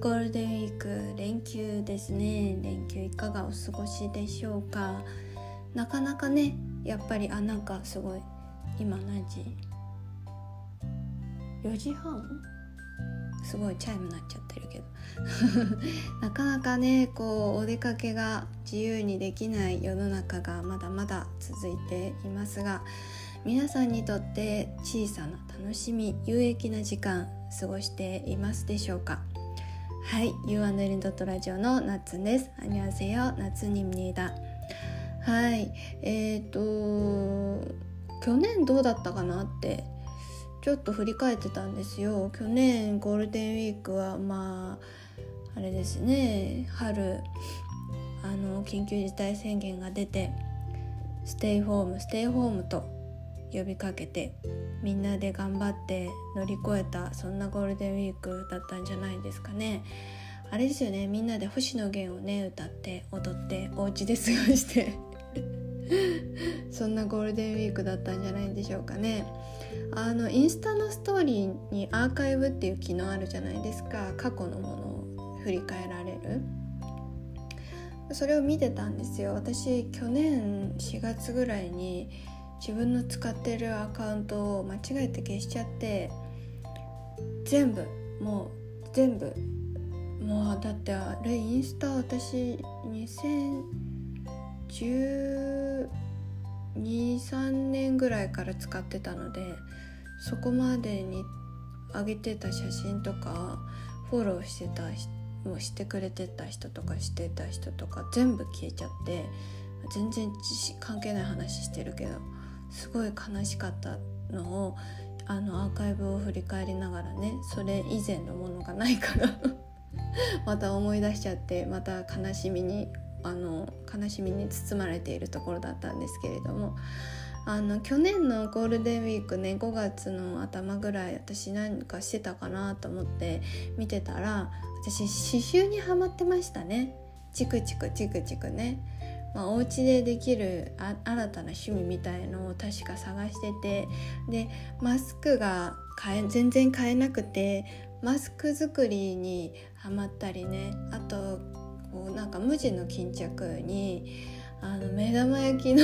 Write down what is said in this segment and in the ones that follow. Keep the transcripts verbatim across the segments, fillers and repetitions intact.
ゴールデンウィーク連休ですね。連休いかがお過ごしでしょうか。なかなかね、やっぱりあなんかすごい今何時よじはんすごいチャイムなっちゃってるけどなかなかねこうお出かけが自由にできない世の中がまだまだ続いていますが、皆さんにとって小さな楽しみ有益な時間過ごしていますでしょうか。はい、ユーアンドエルドットラジオのナッツンです。안녕하세요、ナツニムニダ。はい、えーと去年どうだったかなってちょっと振り返ってたんですよ。去年ゴールデンウィークはまああれですね、春あの緊急事態宣言が出てステイホームステイホームと呼びかけてみんなで頑張って乗り越えた、そんなゴールデンウィークだったんじゃないですかね。あれですよね、みんなで星野源をね歌って踊ってお家で過ごしてそんなゴールデンウィークだったんじゃないでしょうかね。あのインスタのストーリーにアーカイブっていう機能あるじゃないですか。過去のものを振り返られる、それを見てたんですよ。私去年しがつぐらいに自分の使ってるアカウントを間違えて消しちゃって、全部もう全部もうだってあれインスタ私にせんじゅうに、さんねんぐらいから使ってたので、そこまでに上げてた写真とかフォローしてた人もうしてくれてた人とかしてた人とか全部消えちゃって、全然関係ない話してるけどすごい悲しかったのをあのアーカイブを振り返りながらね、それ以前のものがないからまた思い出しちゃって、また悲しみにあの悲しみに包まれているところだったんですけれども、あの去年のゴールデンウィークね、ごがつの頭ぐらい私何かしてたかなと思って見てたら、私刺繍にハマってましたね。チクチクチクチクね、まあ、お家でできるあ新たな趣味みたいのを確か探してて、でマスクが買え全然買えなくてマスク作りにハマったりね、あとこうなんか無地の巾着にあの目玉焼きの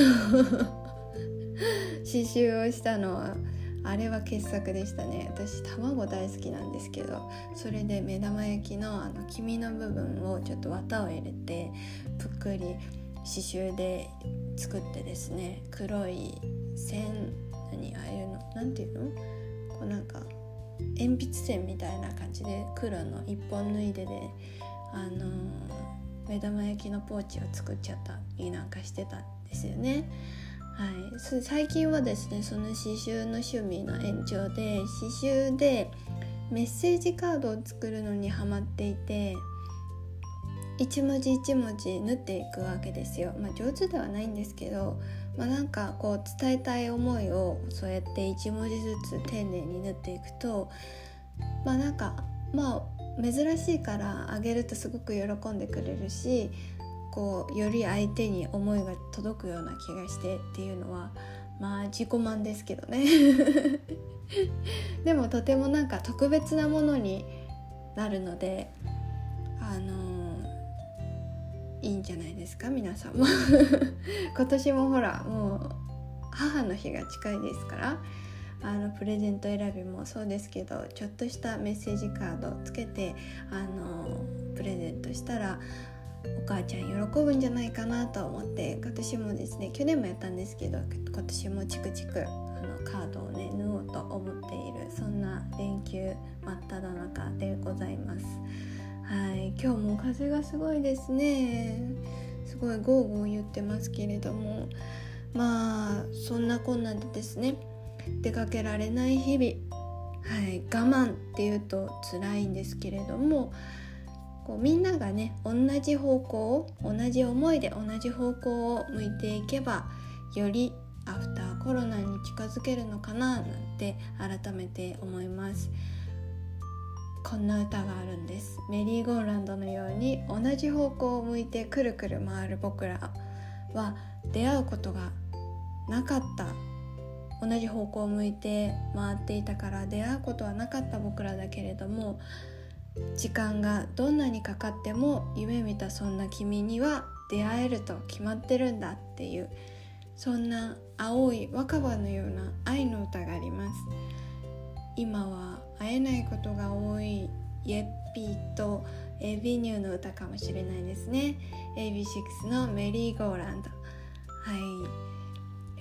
刺繍をしたのはあれは傑作でしたね。私卵大好きなんですけど、それで目玉焼きのあの黄身の部分をちょっと綿を入れてぷっくり刺繍で作ってですね、黒い線何ああいうのなんていうのこうなんか鉛筆線みたいな感じで黒の一本縫いでで、あのー、目玉焼きのポーチを作っちゃったりなんかしてたんですよね。はい、最近はですね、その刺繍の趣味の延長で刺繍でメッセージカードを作るのにハマっていて、一文字一文字縫っていくわけですよ。まあ上手ではないんですけど、まあ、なんかこう伝えたい思いをそうやって一文字ずつ丁寧に縫っていくと、まあなんかまあ珍しいからあげるとすごく喜んでくれるし、こうより相手に思いが届くような気がしてっていうのはまあ自己満ですけどねでもとてもなんか特別なものになるので、あのー、いいんじゃないですか皆さんも今年もほらもう母の日が近いですから、あのプレゼント選びもそうですけど、ちょっとしたメッセージカードをつけてあのー、プレゼントしたらお母ちゃん喜ぶんじゃないかなと思って、私もですね去年もやったんですけど、今年もチクチクあのカードをね縫おうと思っている、そんな連休真っ只中でございます。はい、今日も風がすごいですね。すごいゴーゴー言ってますけれども、まあそんなこんなでですね、出かけられない日々、はい、我慢っていうと辛いんですけれども、こうみんながね同じ方向を同じ思いで同じ方向を向いていけば、よりアフターコロナに近づけるのかななんて改めて思います。こんな歌があるんです。メリーゴーランドのように同じ方向を向いてくるくる回る僕らは出会うことがなかった、同じ方向を向いて回っていたから出会うことはなかった僕らだけれども、 時間がどんなにかかっても夢見たそんな君には出会えると決まってるんだっていう、そんな青い若葉のような愛の歌があります。今は会えないことが多いイェッピーと エービー ニューの歌かもしれないですね。 エービーシックス のメリーゴーランド。はい、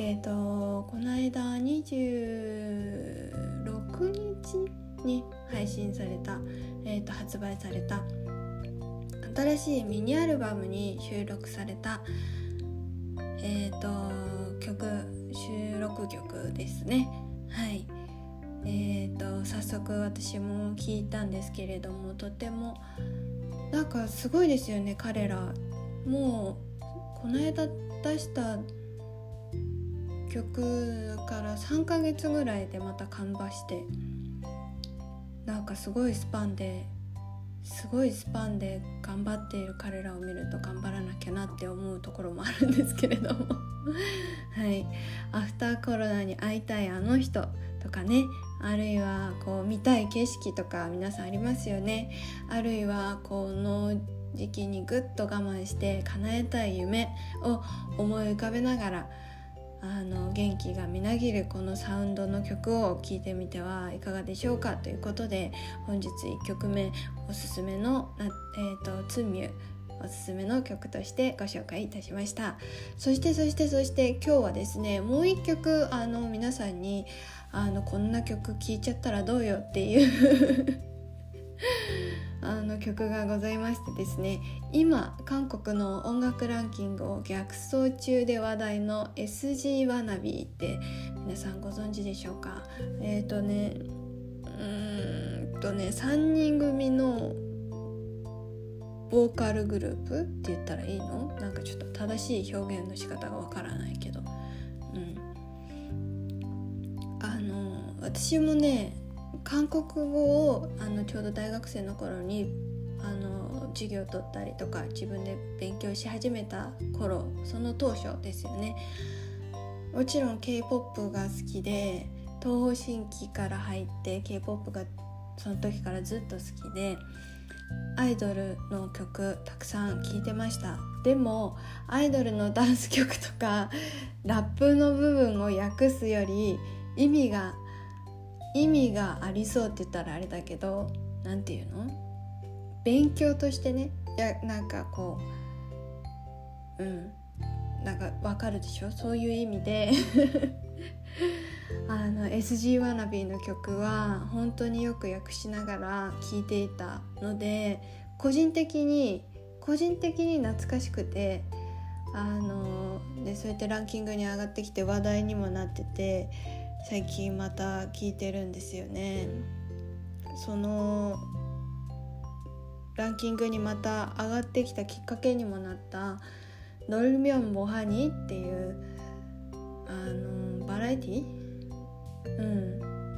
えーとこの間にじゅうろくにちに配信された、えーと発売された新しいミニアルバムに収録された、えーと曲収録曲ですね。はい、えーと早速私も聞いたんですけれども、とてもなんかすごいですよね。彼らもうこの間出した曲からさんかげつぐらいでまた完売して、なんかすごいスパンですごいスパンで頑張っている彼らを見ると頑張らなきゃなって思うところもあるんですけれどもはい、アフターコロナに会いたいあの人とかね、あるいはこう見たい景色とか皆さんありますよね。あるいはこの時期にぐっと我慢して叶えたい夢を思い浮かべながら、あの元気がみなぎるこのサウンドの曲を聴いてみてはいかがでしょうかということで、本日いっきょくめおすすめの、えーと、ツンミュおすすめの曲としてご紹介いたしました。そしてそしてそして今日はですね、もう一曲あの皆さんにあのこんな曲聴いちゃったらどうよっていうあの曲がございましてですね、今韓国の音楽ランキングを逆走中で話題の エスジー ワナビーって皆さんご存知でしょうか。えっ、ー、とねうーんとねさんにん組のボーカルグループって言ったらいいの？なんかちょっと正しい表現の仕方がわからないけど、うん、あの私もね韓国語をあのちょうど大学生の頃にあの授業を取ったりとか自分で勉強し始めた頃、その当初ですよね。もちろん K-ポップ が好きで、東方神起から入って K-ポップ がその時からずっと好きで、アイドルの曲たくさん聴いてました。でもアイドルのダンス曲とかラップの部分を訳すより意味が意味がありそうって言ったらあれだけど、なんていうの、勉強としてね、いやなんかこううんなんかわかるでしょ、そういう意味であの エスジー ワナビーの曲は本当によく訳しながら聴いていたので、個人的に個人的に懐かしくて、あのでそうやってランキングに上がってきて話題にもなってて、最近また聴いてるんですよね。そのランキングにまた上がってきたきっかけにもなったノルミョンモハニっていうあのバラエティ、うん、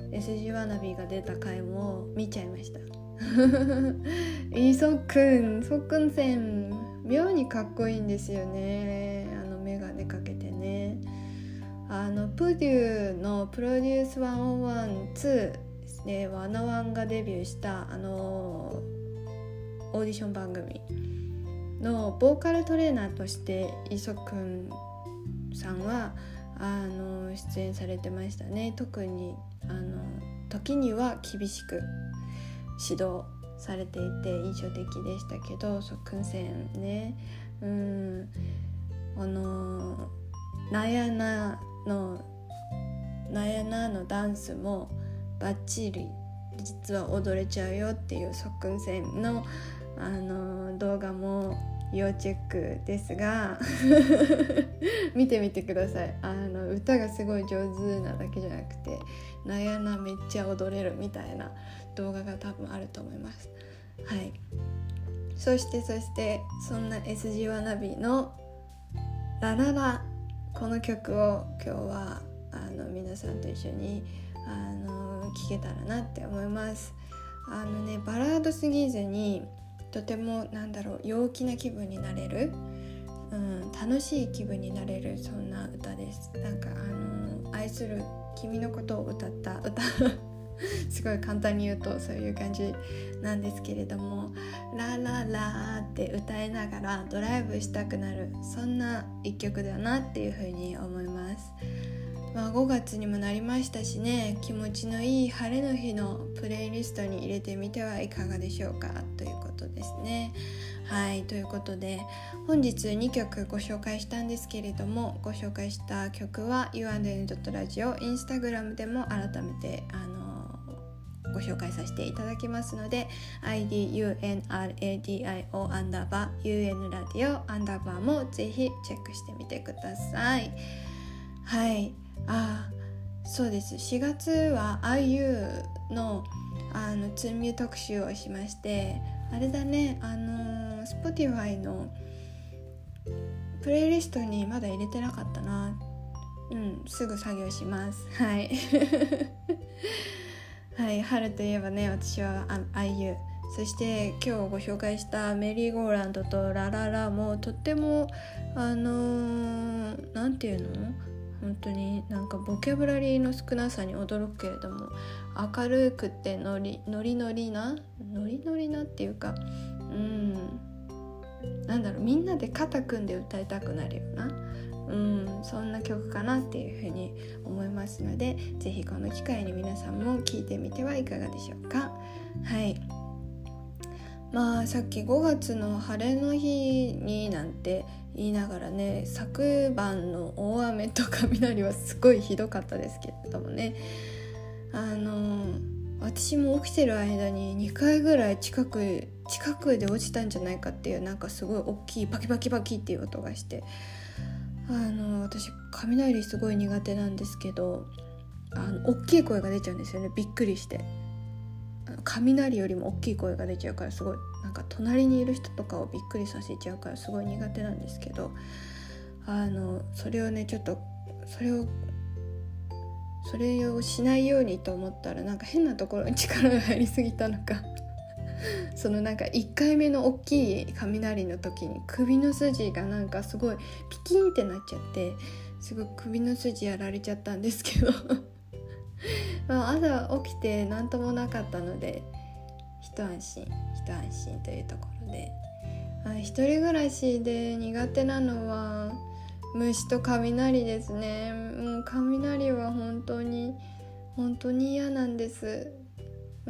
エスジー ワナビーが出た回も見ちゃいましたイソックンソックンセン妙にかっこいいんですよね。あのメガネかけてね、あのプデューのプロデュースひゃくじゅういちですね、ワナワンがデビューしたあのオーディション番組のボーカルトレーナーとしてイソくんさんはあの出演されてましたね。特にあの時には厳しく指導されていて印象的でしたけど、ソくんせんね、うんあのナヤナのナヤナのダンスもバッチリ実は踊れちゃうよっていうソくんせんのあの動画も要チェックですが見てみてください。あの歌がすごい上手なだけじゃなくてナヤナめっちゃ踊れるみたいな動画が多分あると思います。はい。そしてそしてそんな エスジー ワナビのラララ、この曲を今日はあの皆さんと一緒にあの聴けたらなって思います。あのねバラードすぎずにとてもなんだろう陽気な気分になれる、うん、楽しい気分になれる、そんな歌です。なんかあの愛する君のことを歌った歌すごい簡単に言うとそういう感じなんですけれども、ラララーって歌いながらドライブしたくなる、そんな一曲だなっていうふうに思います。まあ、ごがつにもなりましたしね、気持ちのいい晴れの日のプレイリストに入れてみてはいかがでしょうかということですね。はい、ということで本日にきょくご紹介したんですけれども、ご紹介した曲は ユーアンドエヌ ラジオインスタグラムでも改めてあのご紹介させていただきますので、 アイディー ユーエヌアールエーディーアイオー アンダーバー ユーエヌ ラディオアンダーバーもぜひチェックしてみてください。はい、あそうです、しがつは アイユー のあのツーミュー特集をしまして、あれだね、あの Spotify のプレイリストにまだ入れてなかったな。うん、すぐ作業します。はいはい、春といえばね、私は アイユー、 そして今日ご紹介したメリーゴーランドとラララもとってもあのー、なんていうの、本当になんかボキャブラリーの少なさに驚くけれども、明るくてノリノリノリなノリノリなっていうか、うん、なんだろう、みんなで肩組んで歌いたくなるような、うん、そんな曲かなっていうふうに思いますので、ぜひこの機会に皆さんも聴いてみてはいかがでしょうか。はい、まあさっきごがつの晴れの日になんて言いながらね、昨晩の大雨と雷はすごいひどかったですけれどもね、あの私も起きてる間ににかいぐらい近く近くで落ちたんじゃないかっていう、なんかすごい大きいパキパキパキっていう音がして、あの私雷すごい苦手なんですけど、あの大きい声が出ちゃうんですよね。びっくりして、雷よりも大きい声が出ちゃうから、すごいなんか隣にいる人とかをびっくりさせちゃうからすごい苦手なんですけど、あのそれをねちょっとそれをそれをしないようにと思ったら、なんか変なところに力が入りすぎたのかそのなんかいっかいめの大きい雷の時に首の筋がなんかすごいピキンってなっちゃって、すごい首の筋やられちゃったんですけどまあ朝起きて何ともなかったので一安心一安心というところで、あ、一人暮らしで苦手なのは虫と雷ですね。もう雷は本当に本当に嫌なんです。うん、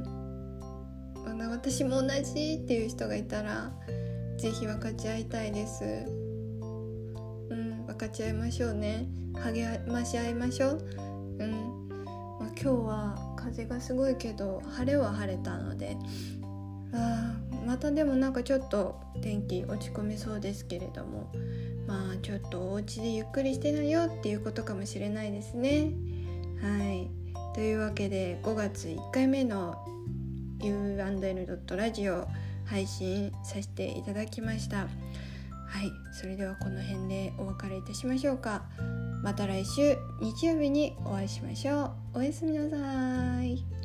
私も同じっていう人がいたらぜひ分かち合いたいです。うん、分かち合いましょうね。励まし合いましょう。うん、まあ、今日は風がすごいけど晴れは晴れたので、あまたでもなんかちょっと天気落ち込みそうですけれども、まあちょっとお家でゆっくりしてなよっていうことかもしれないですね。はい、というわけでごがついっかいめの ユーアンドエヌ ラジオ配信させていただきました。はい、それではこの辺でお別れいたしましょうか。また来週日曜日にお会いしましょう。おやすみなさい。